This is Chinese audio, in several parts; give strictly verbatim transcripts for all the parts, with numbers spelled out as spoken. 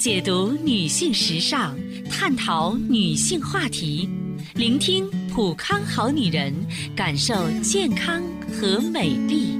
解读女性时尚，探讨女性话题，聆听普康好女人，感受健康和美丽。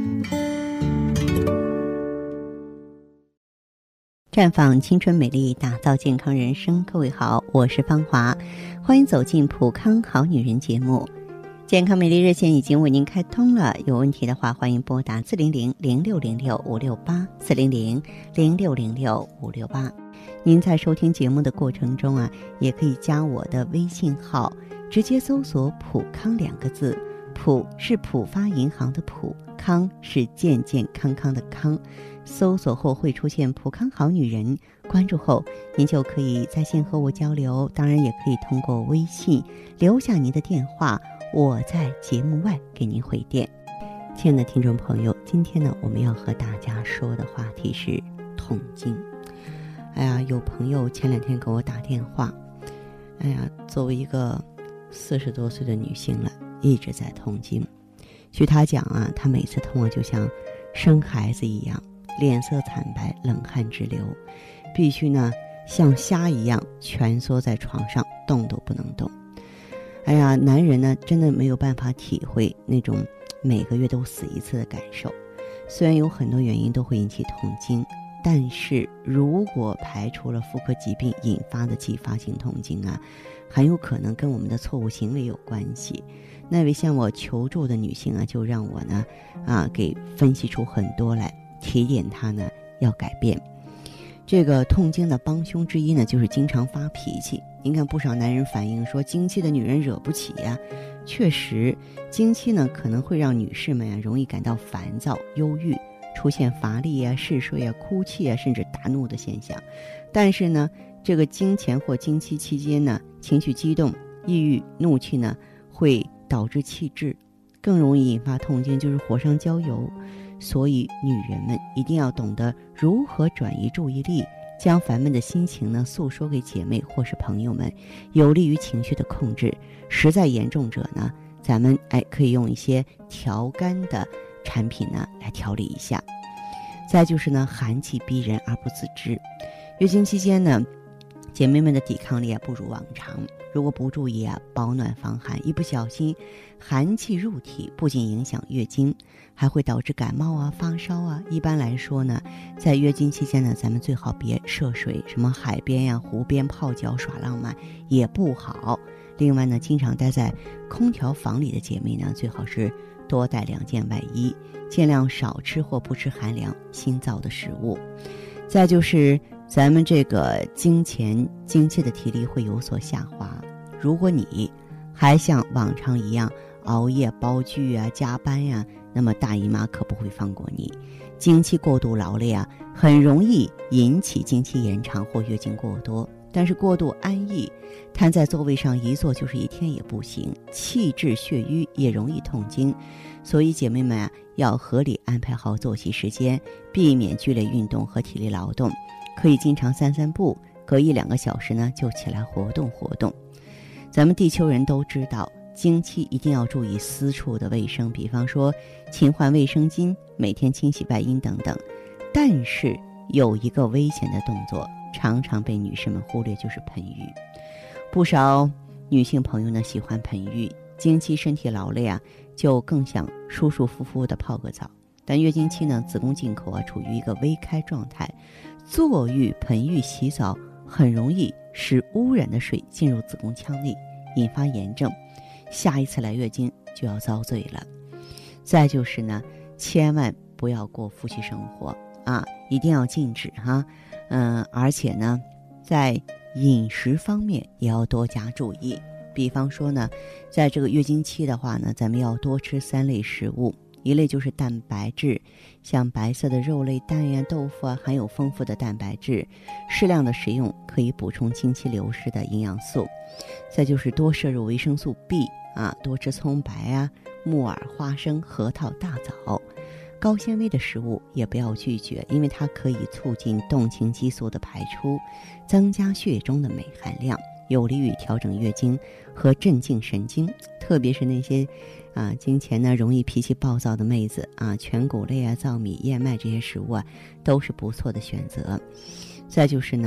绽放青春美丽，打造健康人生。各位好，我是芳华，欢迎走进普康好女人节目。健康美丽热线已经为您开通了，有问题的话欢迎拨打四零零零六零六五六八四零零零六零六五六八。您在收听节目的过程中啊，也可以加我的微信号，直接搜索普康两个字，普是浦发银行的普，康是健健康康的康。搜索后会出现普康好女人，关注后您就可以在线和我交流，当然也可以通过微信留下您的电话，我在节目外给您回电。亲爱的听众朋友，今天呢我们要和大家说的话题是痛经。哎呀，有朋友前两天给我打电话，哎呀，作为一个四十多岁的女性了，一直在痛经。据她讲啊，她每次痛啊就像生孩子一样，脸色惨白，冷汗直流，必须呢像虾一样蜷缩在床上，动都不能动。哎呀，男人呢真的没有办法体会那种每个月都死一次的感受。虽然有很多原因都会引起痛经，但是如果排除了妇科疾病引发的继发性痛经啊，很有可能跟我们的错误行为有关系。那位向我求助的女性啊，就让我呢啊给分析出很多来，提点她呢要改变。这个痛经的帮凶之一呢，就是经常发脾气。您看，不少男人反映说，经期的女人惹不起呀、啊。确实，经期呢可能会让女士们呀、啊、容易感到烦躁、忧郁，出现乏力啊、嗜睡啊、哭泣啊，甚至大怒的现象。但是呢，这个经前或经期期间呢，情绪激动、抑郁、怒气呢，会导致气滞，更容易引发痛经，就是火上浇油。所以女人们一定要懂得如何转移注意力，将烦闷的心情呢诉说给姐妹或是朋友们，有利于情绪的控制。实在严重者呢，咱们哎可以用一些调肝的产品呢来调理一下。再就是呢，寒气逼人而不自知。月经期间呢，姐妹们的抵抗力啊不如往常，如果不注意啊保暖防寒，一不小心寒气入体，不仅影响月经，还会导致感冒啊发烧啊。一般来说呢，在月经期间呢，咱们最好别涉水，什么海边呀、啊、湖边泡脚耍浪漫也不好。另外呢，经常待在空调房里的姐妹呢，最好是多带两件外衣，尽量少吃或不吃寒凉辛燥的食物。再就是咱们这个经前经期的体力会有所下滑，如果你还像往常一样熬夜煲剧啊加班呀、啊，那么大姨妈可不会放过你。经期过度劳累啊，很容易引起经期延长或月经过多。但是过度安逸，瘫在座位上一坐就是一天也不行，气滞血瘀也容易痛经。所以姐妹们啊，要合理安排好作息时间，避免剧烈运动和体力劳动，可以经常散散步，隔一两个小时呢就起来活动活动。咱们地球人都知道，经期一定要注意私处的卫生，比方说勤换卫生巾，每天清洗外阴等等。但是有一个危险的动作常常被女士们忽略，就是盆浴。不少女性朋友呢喜欢盆浴，经期身体劳累啊，就更想舒舒服服的泡个澡。但月经期呢，子宫颈口啊处于一个微开状态，坐浴、盆浴、洗澡很容易使污染的水进入子宫腔内，引发炎症，下一次来月经就要遭罪了。再就是呢，千万不要过夫妻生活啊，一定要禁止哈。嗯，而且呢，在饮食方面也要多加注意。比方说呢，在这个月经期的话呢，咱们要多吃三类食物。一类就是蛋白质，像白色的肉类、蛋呀、豆腐啊，含有丰富的蛋白质，适量的食用可以补充经期流失的营养素。再就是多摄入维生素 B 啊，多吃葱白啊、木耳、花生、核桃、大枣。高纤维的食物也不要拒绝，因为它可以促进动情激素的排出，增加血液中的镁含量，有利于调整月经和镇静神经。特别是那些啊经前呢容易脾气暴躁的妹子啊，全谷类啊、糙米、燕麦这些食物啊都是不错的选择。再就是呢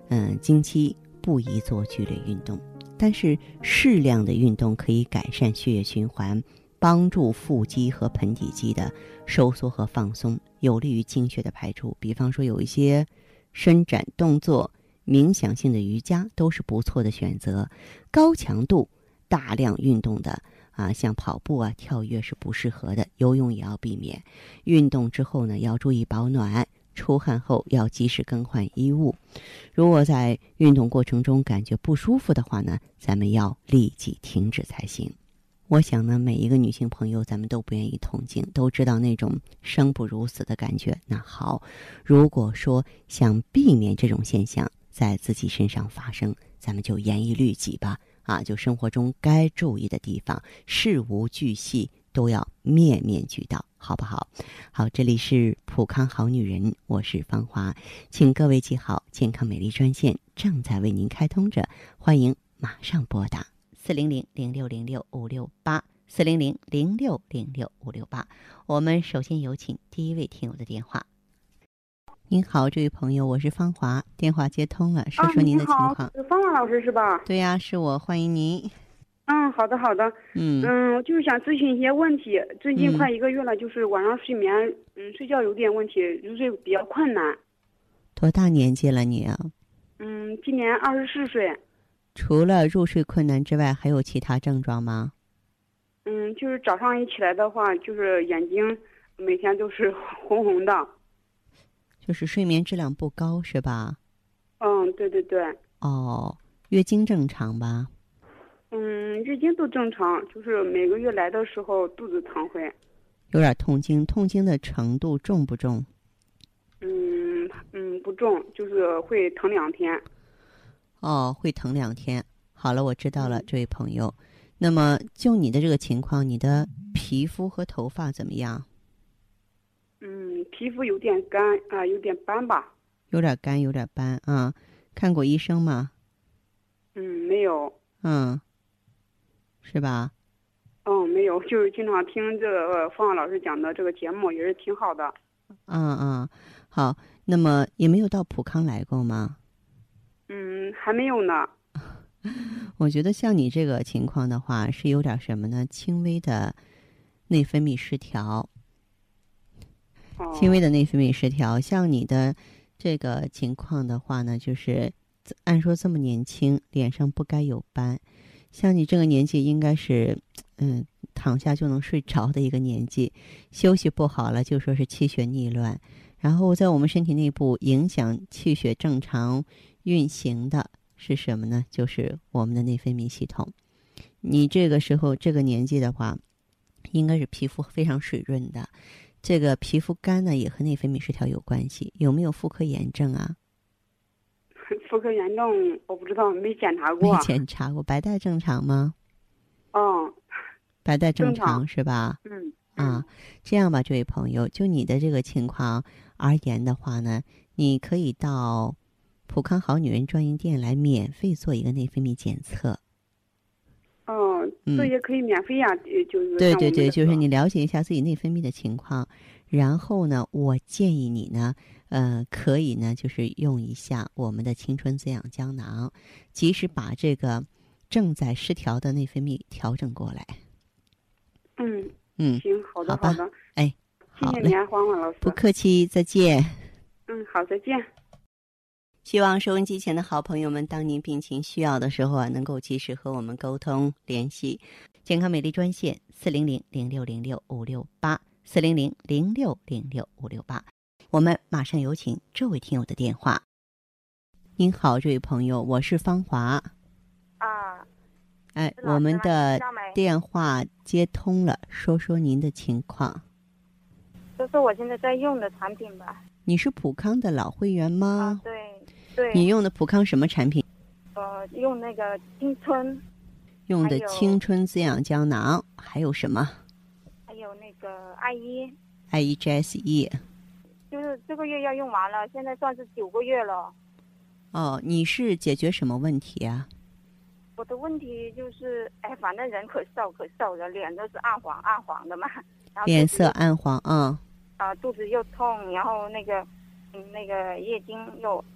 嗯，经期不宜做剧烈运动，但是适量的运动可以改善血液循环，帮助腹肌和盆底肌的收缩和放松，有利于经血的排出。比方说有一些伸展动作、冥想性的瑜伽都是不错的选择。高强度大量运动的啊，像跑步啊、跳跃是不适合的，游泳也要避免。运动之后呢，要注意保暖，出汗后要及时更换衣物。如果在运动过程中感觉不舒服的话呢，咱们要立即停止才行。我想呢，每一个女性朋友咱们都不愿意痛经，都知道那种生不如死的感觉。那好，如果说想避免这种现象在自己身上发生，咱们就严以律己吧。啊，就生活中该注意的地方，事无巨细都要面面俱到，好不好？好，这里是普康好女人，我是芳华，请各位记好，健康美丽专线正在为您开通着，欢迎马上拨打四零零零六零六五六八四零零零六零六五六八。我们首先有请第一位听友的电话。您好，这位朋友，我是芳华，电话接通了，说说您的情况。 啊、你好，芳华老师是吧？ 对呀、啊，是我，欢迎您。 嗯，好的好的。 嗯嗯，就是想咨询一些问题。最近快一个月了，嗯、就是晚上睡眠，嗯，睡觉有点问题，入睡比较困难。 多大年纪了你啊？ 嗯，今年二十四岁。 除了入睡困难之外，还有其他症状吗？ 嗯，就是早上一起来的话，就是眼睛每天都是红红的。 就是睡眠质量不高是吧？ 嗯，对对对。 哦，月经正常吧？ 嗯，月经都正常，就是每个月来的时候肚子疼会。 有点痛经，痛经的程度重不重？ 嗯嗯，不重，就是会疼两天。 哦，会疼两天。好了，我知道了，这位朋友。那么就你的这个情况，你的皮肤和头发怎么样？ 嗯，皮肤有点干啊、呃，有点斑吧。 有点干，有点斑啊。看过医生吗？ 嗯，没有。 嗯，是吧？ 嗯，没有，就是经常听这个芳华老师讲的这个节目，也是挺好的。 嗯嗯，好。那么也没有到普康来过吗？ 嗯，还没有呢。 我觉得像你这个情况的话，是有点什么呢？轻微的内分泌失调。轻微的内分泌失调，像你的这个情况的话呢，就是按说这么年轻，脸上不该有斑。像你这个年纪，应该是嗯躺下就能睡着的一个年纪。休息不好了，就说是气血逆乱，然后在我们身体内部影响气血正常运行的是什么呢？就是我们的内分泌系统。你这个时候这个年纪的话，应该是皮肤非常水润的。这个皮肤干呢，也和内分泌失调有关系。有没有妇科炎症啊？ 妇科炎症我不知道，没检查过。 没检查过，白带正常吗？ 嗯， 白带正常是吧？ 嗯。 啊，这样吧，这位朋友，就你的这个情况而言的话呢，你可以到普康好女人专营店来免费做一个内分泌检测。 哦，这也可以免费呀、啊嗯，就是对对对，就是你了解一下自己内分泌的情况，然后呢，我建议你呢，呃，可以呢，就是用一下我们的青春滋养胶囊，及时把这个正在失调的内分泌调整过来。 嗯嗯， 行，好的好的， 哎， 谢谢您，黄黄老师。 不客气，再见。 嗯，好，再见。 希望收音机前的好朋友们，当您病情需要的时候啊，能够及时和我们沟通联系。健康美丽专线四零零零六零六五六八四零零零六零六五六八。我们马上有请这位听友的电话。您好，这位朋友，我是芳华。 啊， 哎，我们的电话接通了，说说您的情况。 这是我现在在用的产品吧？ 你是普康的老会员吗？ 啊，对对。 你用的普康什么产品？ 呃，用那个青春。 用的青春滋养胶囊，还有什么？ 还有那个爱伊。 爱伊 G S E。 就是这个月要用完了，现在算是九个月了。 哦，你是解决什么问题啊？ 我的问题就是，哎，反正人可瘦可瘦的，脸都是暗黄暗黄的嘛。 脸色暗黄啊。 啊、呃，肚子又痛，然后那个，嗯，那个月经又，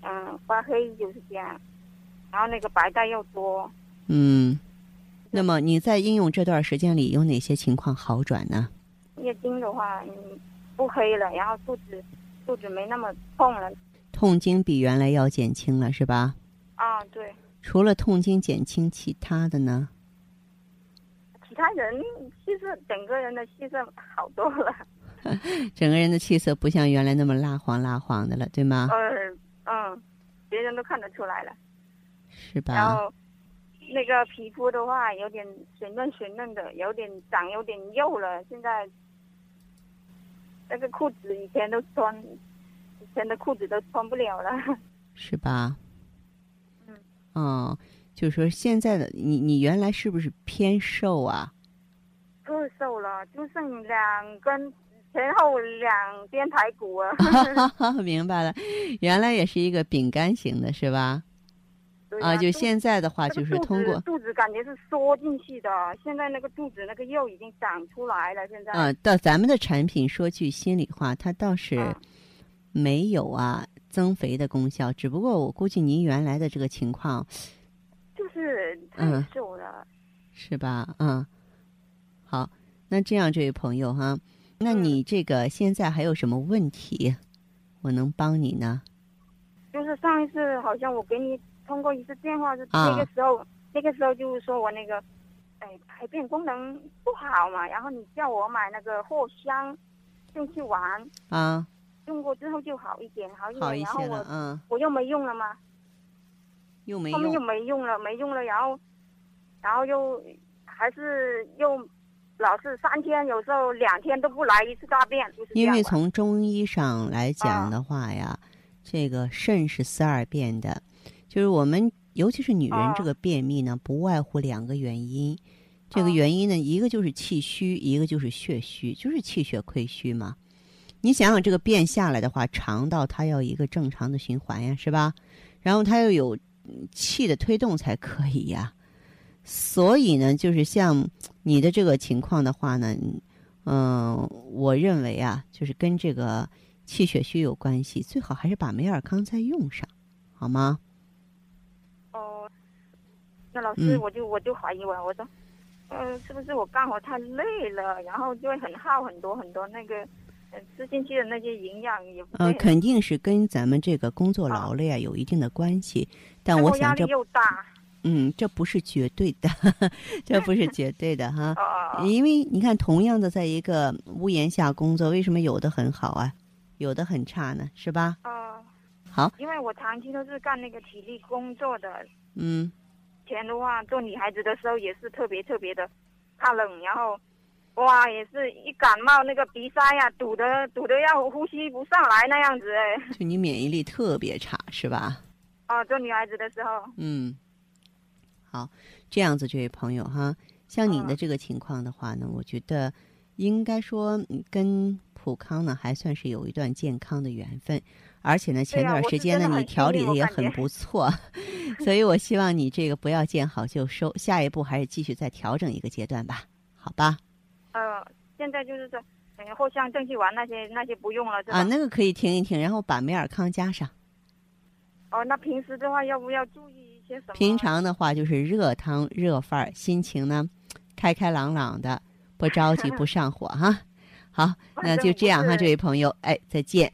嗯发黑就是这样，然后那个白带又多。 嗯，那么你在应用这段时间里有哪些情况好转呢？ 月经的话，嗯，不黑了，然后肚子肚子没那么痛了。 痛经比原来要减轻了是吧？ 啊，对。 除了痛经减轻，其他的呢？ 其他人气色，整个人的气色好多了。 整个人的气色不像原来那么蜡黄蜡黄的了，对吗？ 呃嗯，别人都看得出来了。 是吧？ 然后那个皮肤的话，有点水嫩水嫩的，有点长，有点幼了。现在那个裤子以前都穿，以前的裤子都穿不了了。 是吧？ 嗯。 哦，就是说现在的你，你原来是不是偏瘦啊？ 特瘦了，就剩两根前后两边排骨啊。 明白了，原来也是一个饼干型的，是吧？啊, 啊，就现在的话，就是通过、 那个、肚, 肚子感觉是缩进去的，现在那个肚子那个肉已经长出来了。现在啊，到咱们的产品，说句心里话，它倒是没有啊增肥的功效，只不过我估计您原来的这个情况， 就是太瘦了、嗯， 是吧？嗯，好，那这样，这位朋友哈，那你这个现在还有什么问题，嗯、我能帮你呢？ 就是上一次好像我给你通过一次电话，是那个时候、啊，那个时候就是说我那个，哎，排便功能不好嘛，然后你叫我买那个藿香进去玩啊， 用过之后就好一点，好一点， 好一些然后我嗯， 我又没用了嘛， 又没用， 后面又没用了，没用了，然后，然后又还是又老是三天，有时候两天都不来一次大便，就是这样。 因为从中医上来讲的话呀。啊这个肾是四二便的，就是我们尤其是女人这个便秘呢，不外乎两个原因。这个原因呢，一个就是气虚，一个就是血虚，就是气血亏虚嘛。你想想，这个便下来的话，肠道它要一个正常的循环呀，是吧？然后它又有气的推动才可以呀。所以呢，就是像你的这个情况的话呢，嗯、呃，我认为啊，就是跟这个。气血虚有关系，最好还是把梅尔康再用上，好吗？ 哦，那老师，我就、嗯、我就怀疑我，我说，嗯、呃，是不是我干活太累了，然后就会很耗很多很多那个，呃，吃进去的那些营养也不。 呃，肯定是跟咱们这个工作劳累啊有一定的关系，但我想这压力又大。 嗯，这不是绝对的，这不是绝对的哈。因为你看，同样的在一个屋檐下工作，为什么有的很好啊？有的很差呢，是吧？ 哦、呃， 好， 因为我长期都是干那个体力工作的。 嗯， 以前的话做女孩子的时候也是特别特别的怕冷，然后哇也是一感冒那个鼻塞呀、啊、堵得堵得要呼吸不上来那样子哎。 就你免疫力特别差是吧？ 啊、呃，做女孩子的时候。 嗯，好，这样子这位朋友哈，像你的这个情况的话呢，呃、我觉得应该说跟。普康呢还算是有一段健康的缘分，而且呢前段时间呢、啊、你调理的也很不错，所以我希望你这个不要见好就收，下一步还是继续再调整一个阶段吧，好吧？ 呃，现在就是说，嗯，藿香正气丸那些那些不用了是吧？ 啊，那个可以停一停，然后把梅尔康加上。 哦，那平时的话要不要注意一些什么？ 平常的话就是热汤热饭儿，心情呢开开朗朗的，不着急不上火哈。好，那就这样哈，这位朋友，哎，再见。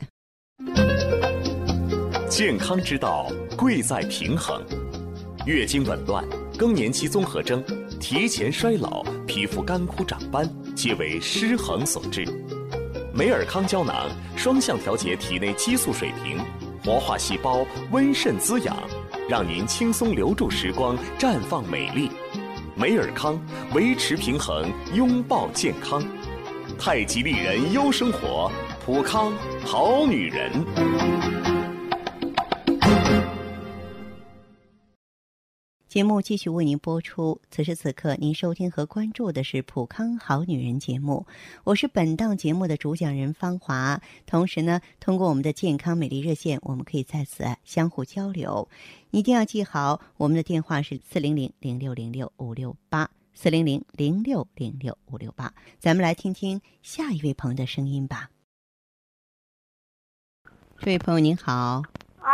健康之道，贵在平衡。月经紊乱、更年期综合征、提前衰老、皮肤干枯长斑，皆为失衡所致。梅尔康胶囊双向调节体内激素水平，活化细胞，温肾滋养，让您轻松留住时光，绽放美丽。梅尔康维持平衡，拥抱健康。太极丽人优生活，普康好女人。 节目继续为您播出。此时此刻，您收听和关注的是《普康好女人》节目，我是本档节目的主讲人芳华。同时呢，通过我们的健康美丽热线，我们可以在此相互交流。一定要记好，我们的电话是四零零零六零六五六八。四零零零六零六五六八，咱们来听听下一位朋友的声音吧。这位朋友您好。 啊，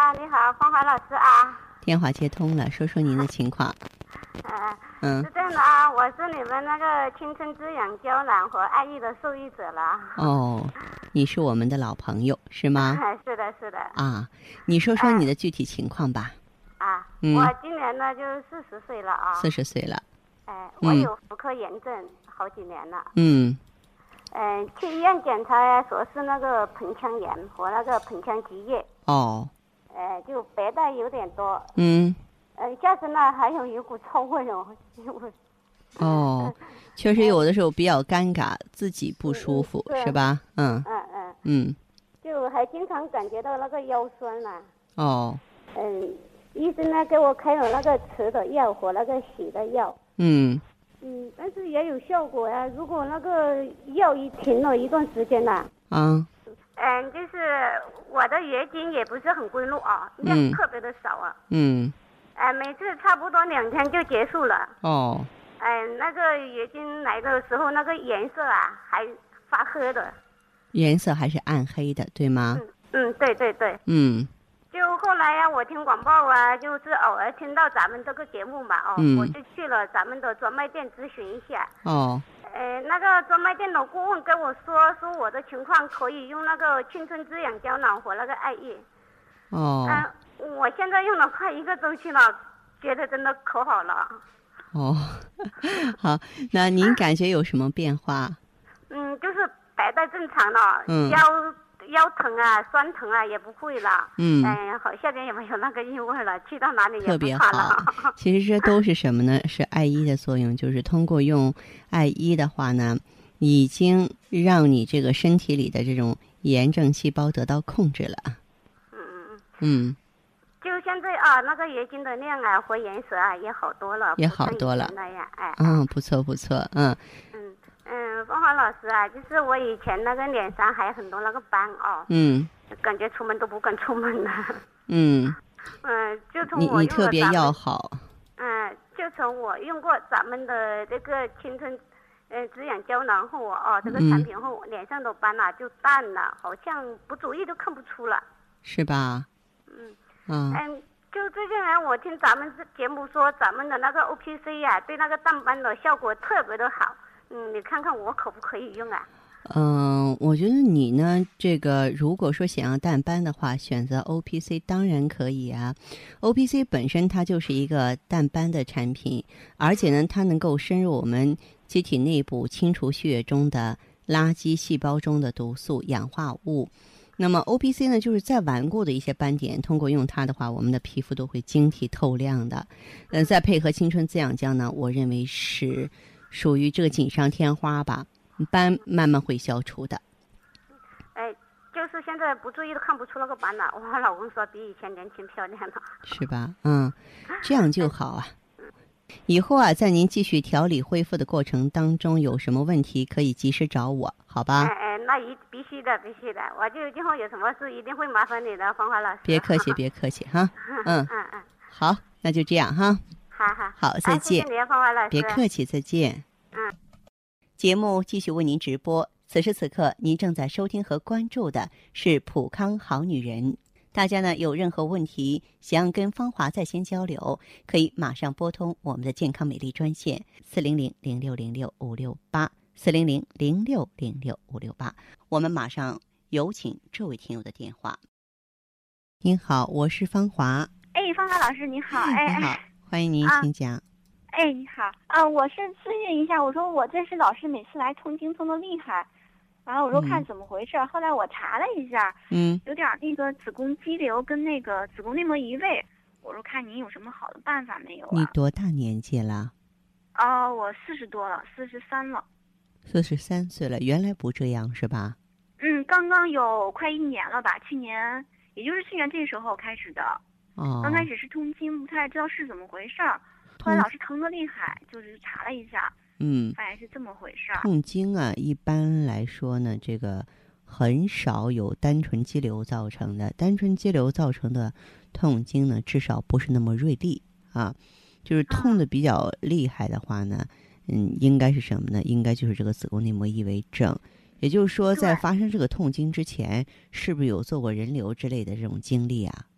啊，你好，芳华老师啊。 电话接通了，说说您的情况。 呃、 嗯， 是这样的啊，我是你们那个青春滋养胶囊和爱益的受益者了。 哦，你是我们的老朋友是吗？ 是的，是的。 啊，你说说你的具体情况吧。 啊， 嗯、 我今年呢就四十岁了啊。 四十岁了。 哎、呃，我有妇科炎症好几年了。 嗯。 嗯、呃，去医院检查呀，说是那个盆腔炎和那个盆腔积液。 哦。 呃，就白带有点多。 嗯。 呃，下身呢还有一股臭味哦。 哦，确实有的时候比较尴尬，自己不舒服、 嗯、 是吧？嗯嗯嗯嗯， 就还经常感觉到那个腰酸了、啊。 哦。 嗯，医生呢给我开了那个吃的药和那个洗的药。 嗯。 嗯，但是也有效果呀、啊。如果那个药一停了一段时间呐、 啊。啊。 嗯，就是我的月经也不是很规律啊，量特别的少啊。 嗯。 哎，每次差不多两天就结束了。 哦。 哎，那个月经来的时候，那个颜色啊还发黑的。 颜色还是暗黑的，对吗？ 嗯嗯，对对对。 嗯。 就后来呀、啊，我听广播啊，就是偶尔听到咱们这个节目嘛，哦， 嗯、 我就去了咱们的专卖店咨询一下。 哦。 呃，那个专卖店的顾问跟我说，说我的情况可以用那个青春滋养胶囊和那个爱益。 哦。 嗯、呃，我现在用了快一个周期了，觉得真的可好了。 哦，好，那您感觉有什么变化？ 嗯，就是白带正常了， 嗯、 腰腰疼啊、酸疼啊也不会了。 嗯， 哎、呃，好，下边也没有那个异味了，去到哪里也特别不怕了。 好。其实这都是什么呢？是爱依的作用，就是通过用爱依的话呢，已经让你这个身体里的这种炎症细胞得到控制了。 嗯嗯嗯。 就现在啊，那个月经的量啊和颜色啊也好多了， 也好多了。 那样，哎。 嗯，不错不错，嗯。 嗯嗯，芳华老师啊，就是我以前那个脸上还有很多那个斑哦。 嗯。 感觉出门都不敢出门了。 嗯。 嗯，就从你我用了你特别要好。 嗯，就从我用过咱们的这个青春，呃，滋养胶囊后哦，这个产品后，嗯、脸上的斑啊就淡了，好像不注意都看不出了。 是吧？ 嗯。 嗯， 嗯，就最近来我听咱们这节目说，咱们的那个 O P C 呀、啊，对那个淡斑的效果特别的好。嗯，你看看我可不可以用啊？ 嗯、呃，我觉得你呢，这个如果说想要淡斑的话，选择 O P C 当然可以啊。O P C 本身它就是一个淡斑的产品，而且呢，它能够深入我们机体内部，清除血液中的垃圾细胞中的毒素、氧化物。那么 O P C 呢，就是再顽固的一些斑点，通过用它的话，我们的皮肤都会晶体透亮的。呃，再配合青春滋养胶呢，我认为是属于这个锦上添花吧，斑慢慢会消除的。 哎，就是现在不注意都看不出那个斑了。我老公说比以前年轻漂亮了。是吧？嗯，这样就好啊。以后啊，在您继续调理恢复的过程当中，有什么问题可以及时找我，好吧？ 哎哎，那一必须的，必须的，我就今后有什么事一定会麻烦你的，芳华老师。 别客气，别客气哈。嗯嗯嗯， 好，那就这样哈。 好好好，再见。 啊、谢谢你，芳华老师。 别客气，再见。 嗯。 节目继续为您直播，此时此刻您正在收听和关注的是普康好女人。大家呢有任何问题想要跟芳华在线交流，可以马上拨通我们的健康美丽专线四零零零六零六五六八四零零零六零六五六八。我们马上有请这位听友的电话。您好，我是芳华。 哎，芳华老师你好。哎， 你好，欢迎您， 啊、 请讲。 哎，你好啊，我是咨询一下，我说我这是老是每次来痛经痛得厉害。然后我说看怎么回事、嗯、后来我查了一下， 嗯， 有点那个子宫肌瘤跟那个子宫内膜移位，我说看您有什么好的办法没有啊？ 你多大年纪了？ 哦，我四十多了，四十三了。 四十三岁了，原来不这样是吧？ 嗯，刚刚有快一年了吧，去年也就是去年这时候开始的。 哦。 刚开始是痛经，不太知道是怎么回事儿，后来老是疼得厉害，就是查了一下。 嗯， 发现是这么回事儿。 痛经啊，一般来说呢，这个很少有单纯肌瘤造成的。单纯肌瘤造成的痛经呢，至少不是那么锐利啊。就是痛的比较厉害的话呢，嗯，应该是什么呢？应该就是这个子宫内膜异位症。也就是说，在发生这个痛经之前，是不是有做过人流之类的这种经历啊？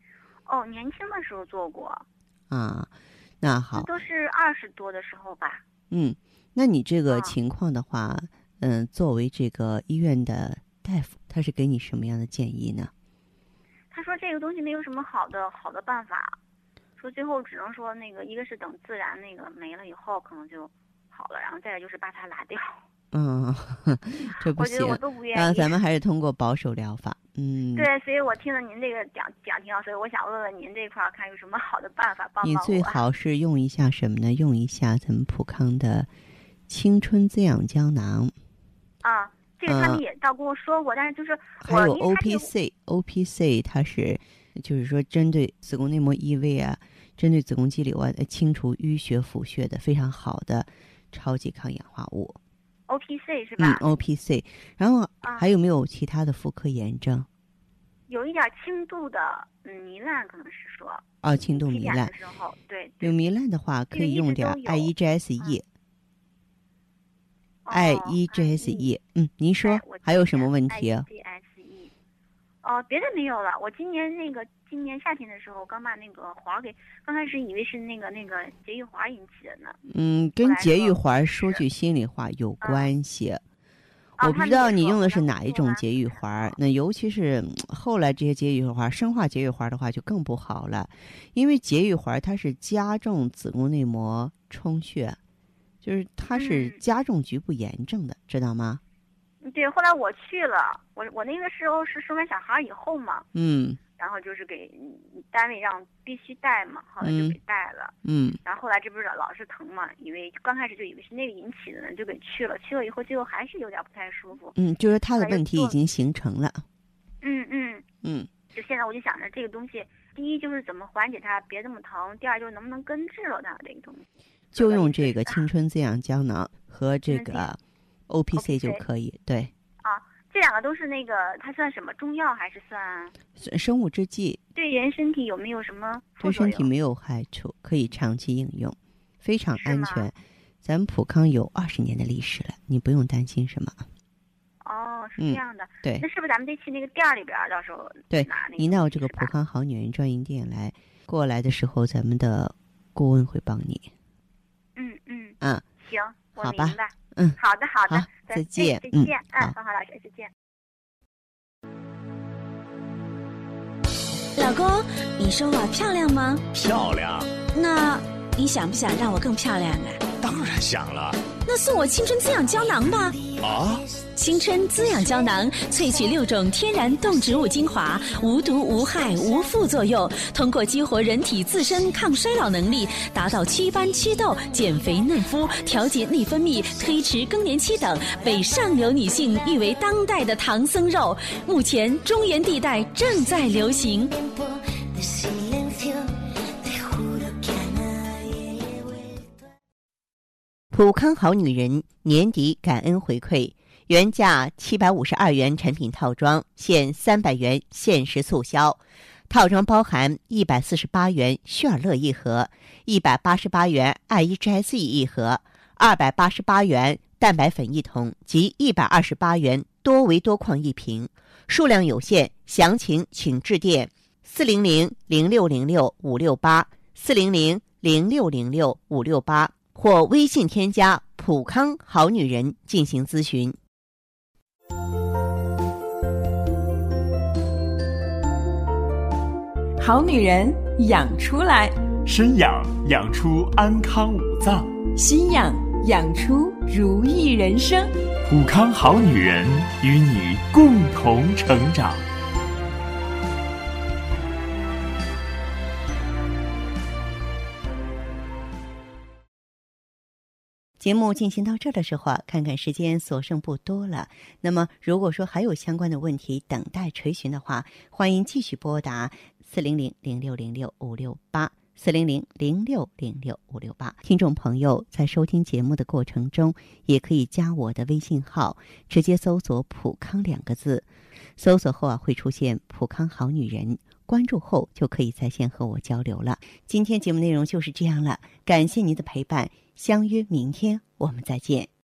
哦，年轻的时候做过。 啊，那好， 都是二十多的时候吧。 嗯，那你这个情况的话，嗯、呃，作为这个医院的大夫，他是给你什么样的建议呢？ 他说这个东西没有什么好的好的办法，说最后只能说那个一个是等自然那个没了以后可能就好了，然后再来就是把它拿掉。 嗯，这不行。 我觉得我都不愿意。 啊，咱们还是通过保守疗法。嗯， 对，所以我听了您这个讲讲挺好，所以我想问问您这块儿看有什么好的办法帮帮我。 你最好是用一下什么呢？用一下咱们普康的青春滋养胶囊。 啊，这个他们也倒跟我说过，嗯、但是就是还有 O P C，O P C 它是就是说针对子宫内膜异位啊，针对子宫肌瘤啊，清除淤血腐血的非常好的超级抗氧化物。 O P C 是吧？ 嗯 ，O P C。然后还有没有其他的妇科炎症？ 有一点轻度的嗯糜烂，可能是说。 哦，轻度糜烂。 时候对。 有糜烂的话，可以用点 I E G S E。I E G S E， 嗯，您说还有什么问题 ？I E G S E。哦，别的没有了。我今年那个今年夏天的时候，刚把那个环给，刚开始以为是那个那个节育环引起的呢。 嗯，跟节育环说句心里话有关系。 嗯、 我不知道你用的是哪一种节育环，那尤其是后来这些节育环，生化节育环的话就更不好了，因为节育环它是加重子宫内膜充血，就是它是加重局部炎症的，嗯、知道吗？ 对，后来我去了，我我那个时候是生完小孩以后嘛， 嗯， 然后就是给单位让必须带嘛，后来就给带了， 嗯， 然后后来这不是老是疼嘛，以为刚开始就以为是那个引起的呢，就给去了，去了以后最后还是有点不太舒服， 嗯，就是他的问题已经形成了， 嗯嗯嗯， 就现在我就想着这个东西，第一就是怎么缓解它别这么疼，第二就是能不能根治了它这个东西， 就用这个青春滋养胶囊和这个。O P C 就可以，对。 啊，这两个都是那个，它算什么中药还是算？ 生物制剂。 对人身体有没有什么？ 对身体没有害处，可以长期应用，非常安全。咱们普康有二十年的历史了，你不用担心什么。 哦，是这样的。 嗯、对。 那是不是咱们得去那个店里边，到时候对拿那个？ 你到这个普康好女人专营店来，过来的时候，咱们的顾问会帮你。 嗯嗯。 嗯。 行，我明白。 明白嗯， 好的好的， 好再见， 再见， 嗯， 芳华老师，再见。 老公，你说我漂亮吗？ 漂亮。 那你想不想让我更漂亮啊？ 当然想了。 那送我青春滋养胶囊吧。 啊！ 青春滋养胶囊萃取六种天然动植物精华，无毒无害无副作用，通过激活人体自身抗衰老能力，达到祛斑祛痘、减肥嫩肤、调节内分泌、推迟更年期等，被上流女性誉为当代的唐僧肉。目前中原地带正在流行。 普康好女人年底感恩回馈，原价七百五十二元产品套装，现三百元限时促销。套装包含一百四十八元旭尔乐一盒，一百八十八元 I E G S E 一盒，二百八十八元蛋白粉一桶及一百二十八元多维多矿一瓶，数量有限，详情请致电四零零零六零六五六八四零零零六零六五六八。或微信添加普康好女人进行咨询。 好女人养出来， 身养养出安康五脏， 心养养出如意人生。 普康好女人与你共同成长。 节目进行到这儿的时候啊，看看时间所剩不多了。那么如果说还有相关的问题等待垂询的话，欢迎继续拨打四零零零六零六五六八四零零零六零六五六八。听众朋友在收听节目的过程中，也可以加我的微信号，直接搜索普康两个字，搜索后啊会出现普康好女人，关注后就可以在线和我交流了。今天节目内容就是这样了，感谢您的陪伴，相约明天我们再见。